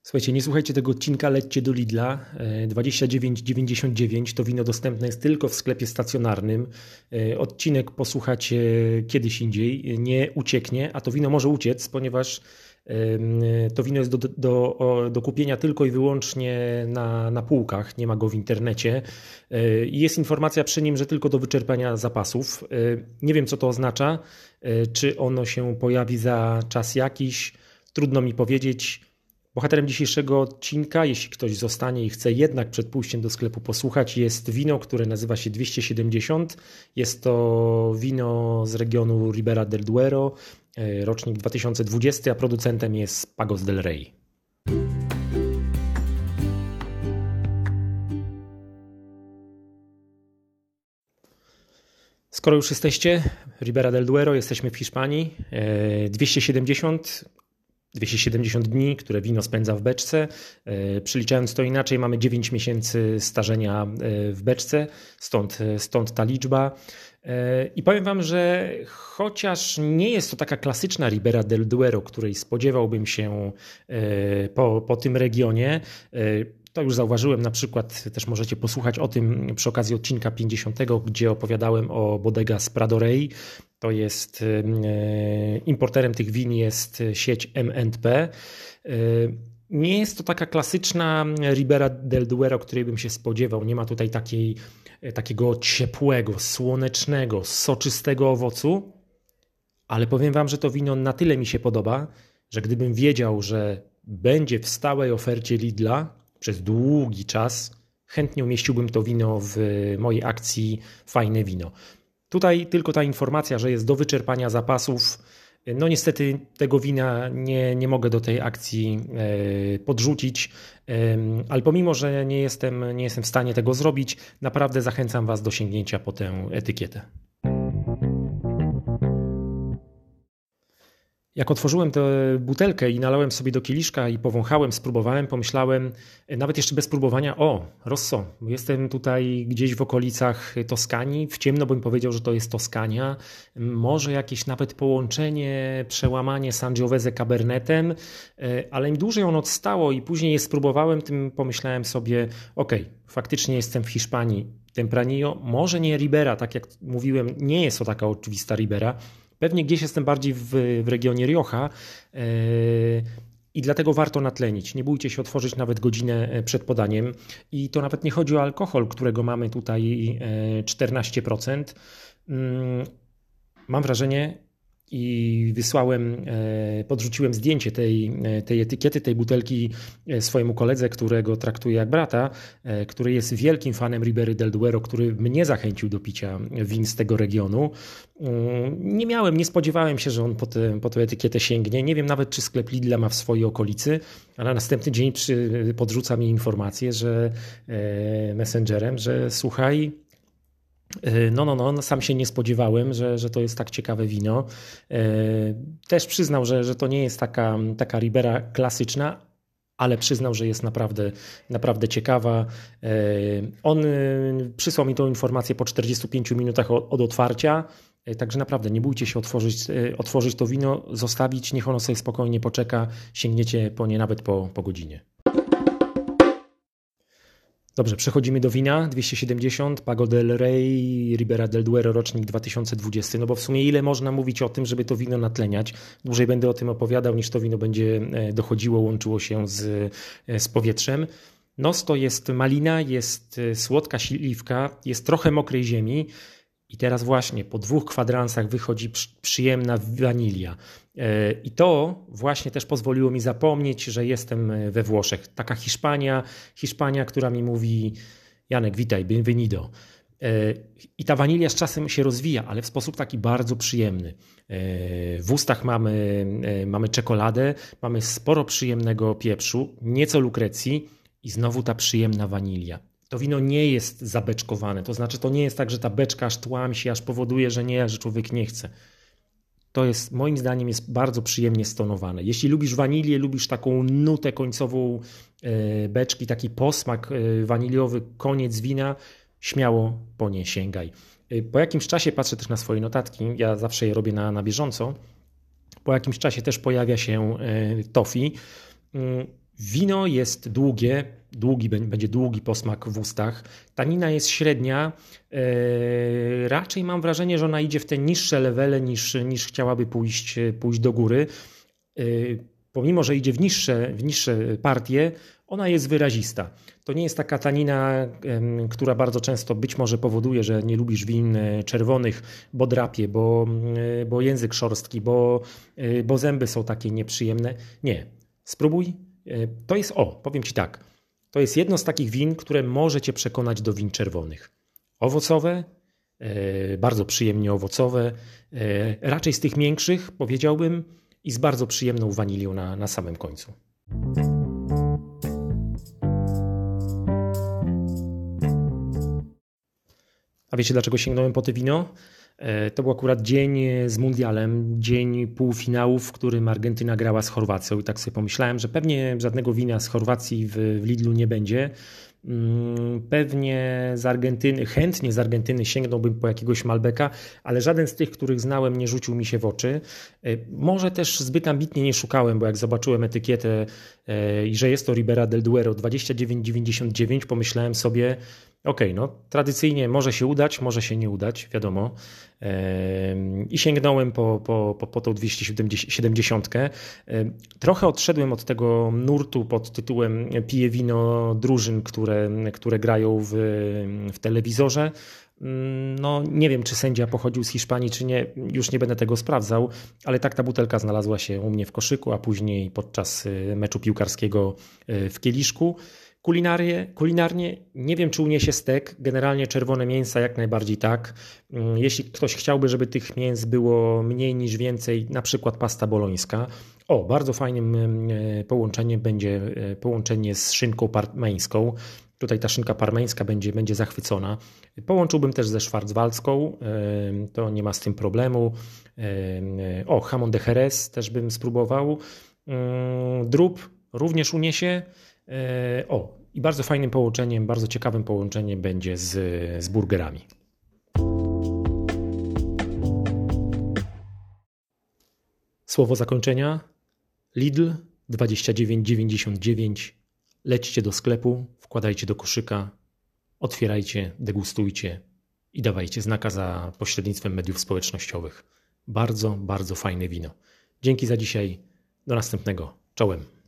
Słuchajcie, nie słuchajcie tego odcinka, lećcie do Lidla. 29,99 to wino dostępne jest tylko w sklepie stacjonarnym. Odcinek posłuchacie kiedyś indziej, nie ucieknie, a to wino może uciec, ponieważ to wino jest do kupienia tylko i wyłącznie na półkach, nie ma go w internecie. Jest informacja przy nim, że tylko do wyczerpania zapasów. Nie wiem, co to oznacza, czy ono się pojawi za czas jakiś, trudno mi powiedzieć. Bohaterem dzisiejszego odcinka, jeśli ktoś zostanie i chce jednak przed pójściem do sklepu posłuchać, jest wino, które nazywa się 270. Jest to wino z regionu Ribera del Duero, rocznik 2020, a producentem jest Pagos del Rey. Skoro już jesteście, Ribera del Duero, jesteśmy w Hiszpanii, 270 dni, które wino spędza w beczce. Przeliczając to inaczej, mamy 9 miesięcy starzenia w beczce, stąd ta liczba. I powiem wam, że chociaż nie jest to taka klasyczna Ribera del Duero, której spodziewałbym się po tym regionie, to już zauważyłem, na przykład też możecie posłuchać o tym przy okazji odcinka 50, gdzie opowiadałem o Bodegas Prado Rey. To jest importerem tych win jest sieć M&P. Nie jest to taka klasyczna Ribera del Duero, której bym się spodziewał. Nie ma tutaj takiego ciepłego, słonecznego, soczystego owocu, ale powiem wam, że to wino na tyle mi się podoba, że gdybym wiedział, że będzie w stałej ofercie Lidla przez długi czas, chętnie umieściłbym to wino w mojej akcji Fajne Wino. Tutaj tylko ta informacja, że jest do wyczerpania zapasów. No niestety tego wina nie mogę do tej akcji podrzucić, ale pomimo, że nie jestem w stanie tego zrobić, naprawdę zachęcam was do sięgnięcia po tę etykietę. Jak otworzyłem tę butelkę i nalałem sobie do kieliszka i powąchałem, spróbowałem, pomyślałem, nawet jeszcze bez próbowania, Rosso, jestem tutaj gdzieś w okolicach Toskanii, w ciemno bym powiedział, że to jest Toskania, może jakieś nawet połączenie, przełamanie Sangiovese Cabernetem, ale im dłużej ono odstało i później je spróbowałem, tym pomyślałem sobie, faktycznie jestem w Hiszpanii, Tempranillo, może nie Ribera, tak jak mówiłem, nie jest to taka oczywista Ribera. Pewnie gdzieś jestem bardziej w regionie Rioja i dlatego warto natlenić. Nie bójcie się otworzyć nawet godzinę przed podaniem. I to nawet nie chodzi o alkohol, którego mamy tutaj 14%. Mam wrażenie i podrzuciłem zdjęcie tej etykiety, tej butelki swojemu koledze, którego traktuję jak brata, który jest wielkim fanem Ribery del Duero, który mnie zachęcił do picia win z tego regionu. Nie spodziewałem się, że on po tę etykietę sięgnie. Nie wiem nawet, czy sklep Lidla ma w swojej okolicy, ale następny dzień podrzuca mi informację, że messengerem, że słuchaj, sam się nie spodziewałem, że to jest tak ciekawe wino. Też przyznał, że to nie jest taka Ribera klasyczna, ale przyznał, że jest naprawdę ciekawa. On przysłał mi tą informację po 45 minutach od otwarcia, także naprawdę nie bójcie się otworzyć to wino, zostawić, niech ono sobie spokojnie poczeka, sięgniecie po nie nawet po godzinie. Dobrze, przechodzimy do wina 270, Pagos del Rey, Ribera del Duero, rocznik 2020. No bo w sumie ile można mówić o tym, żeby to wino natleniać? Dłużej będę o tym opowiadał, niż to wino będzie dochodziło, łączyło się z powietrzem. Nos to jest malina, jest słodka śliwka, jest trochę mokrej ziemi. I teraz właśnie po 2 kwadransach wychodzi przyjemna wanilia. I to właśnie też pozwoliło mi zapomnieć, że jestem we Włoszech. Taka Hiszpania, która mi mówi: Janek, witaj, bienvenido. I ta wanilia z czasem się rozwija, ale w sposób taki bardzo przyjemny. W ustach mamy czekoladę, mamy sporo przyjemnego pieprzu, nieco lukrecji i znowu ta przyjemna wanilia. To wino nie jest zabeczkowane, to znaczy to nie jest tak, że ta beczka aż tłamsi, aż powoduje, że człowiek nie chce. To jest, moim zdaniem, jest bardzo przyjemnie stonowane. Jeśli lubisz wanilię, lubisz taką nutę końcową beczki, taki posmak waniliowy, koniec wina, śmiało po nie sięgaj. Po jakimś czasie patrzę też na swoje notatki, ja zawsze je robię na bieżąco. Po jakimś czasie też pojawia się toffee. Wino jest będzie długi posmak w ustach. Tanina jest średnia. Raczej mam wrażenie, że ona idzie w te niższe levele niż chciałaby pójść do góry. Pomimo, że idzie w niższe partie, ona jest wyrazista. To nie jest taka tanina, która bardzo często być może powoduje, że nie lubisz win czerwonych, bo drapie, bo język szorstki, bo zęby są takie nieprzyjemne. Nie. Spróbuj. To jest, powiem Ci tak, to jest jedno z takich win, które może Cię przekonać do win czerwonych. Owocowe, bardzo przyjemnie owocowe, raczej z tych miększych, powiedziałbym, i z bardzo przyjemną wanilią na samym końcu. A wiecie, dlaczego sięgnąłem po to wino? To był akurat dzień z mundialem, dzień półfinałów, w którym Argentyna grała z Chorwacją i tak sobie pomyślałem, że pewnie żadnego wina z Chorwacji w Lidlu nie będzie. Pewnie chętnie z Argentyny sięgnąłbym po jakiegoś Malbeka, ale żaden z tych, których znałem, nie rzucił mi się w oczy. Może też zbyt ambitnie nie szukałem, bo jak zobaczyłem etykietę i że jest to Ribera del Duero 29,99, pomyślałem sobie, no tradycyjnie może się udać, może się nie udać, wiadomo. I sięgnąłem po tą 270. Trochę odszedłem od tego nurtu pod tytułem piję wino drużyn, które grają w telewizorze. No nie wiem, czy sędzia pochodził z Hiszpanii, czy nie, już nie będę tego sprawdzał, ale tak ta butelka znalazła się u mnie w koszyku, a później podczas meczu piłkarskiego w kieliszku. Kulinarnie nie wiem, czy uniesie stek. Generalnie czerwone mięsa jak najbardziej tak. Jeśli ktoś chciałby, żeby tych mięs było mniej niż więcej, na przykład pasta bolońska. Bardzo fajnym połączeniem będzie połączenie z szynką parmeńską. Tutaj ta szynka parmeńska będzie zachwycona. Połączyłbym też ze szwarcwaldzką, to nie ma z tym problemu. Jamon de Jerez też bym spróbował. Drób również uniesie. I bardzo fajnym połączeniem, bardzo ciekawym połączeniem będzie z burgerami. Słowo zakończenia. Lidl 29,99. Lećcie do sklepu, wkładajcie do koszyka, otwierajcie, degustujcie i dawajcie znaka za pośrednictwem mediów społecznościowych. Bardzo, bardzo fajne wino. Dzięki za dzisiaj. Do następnego. Czołem.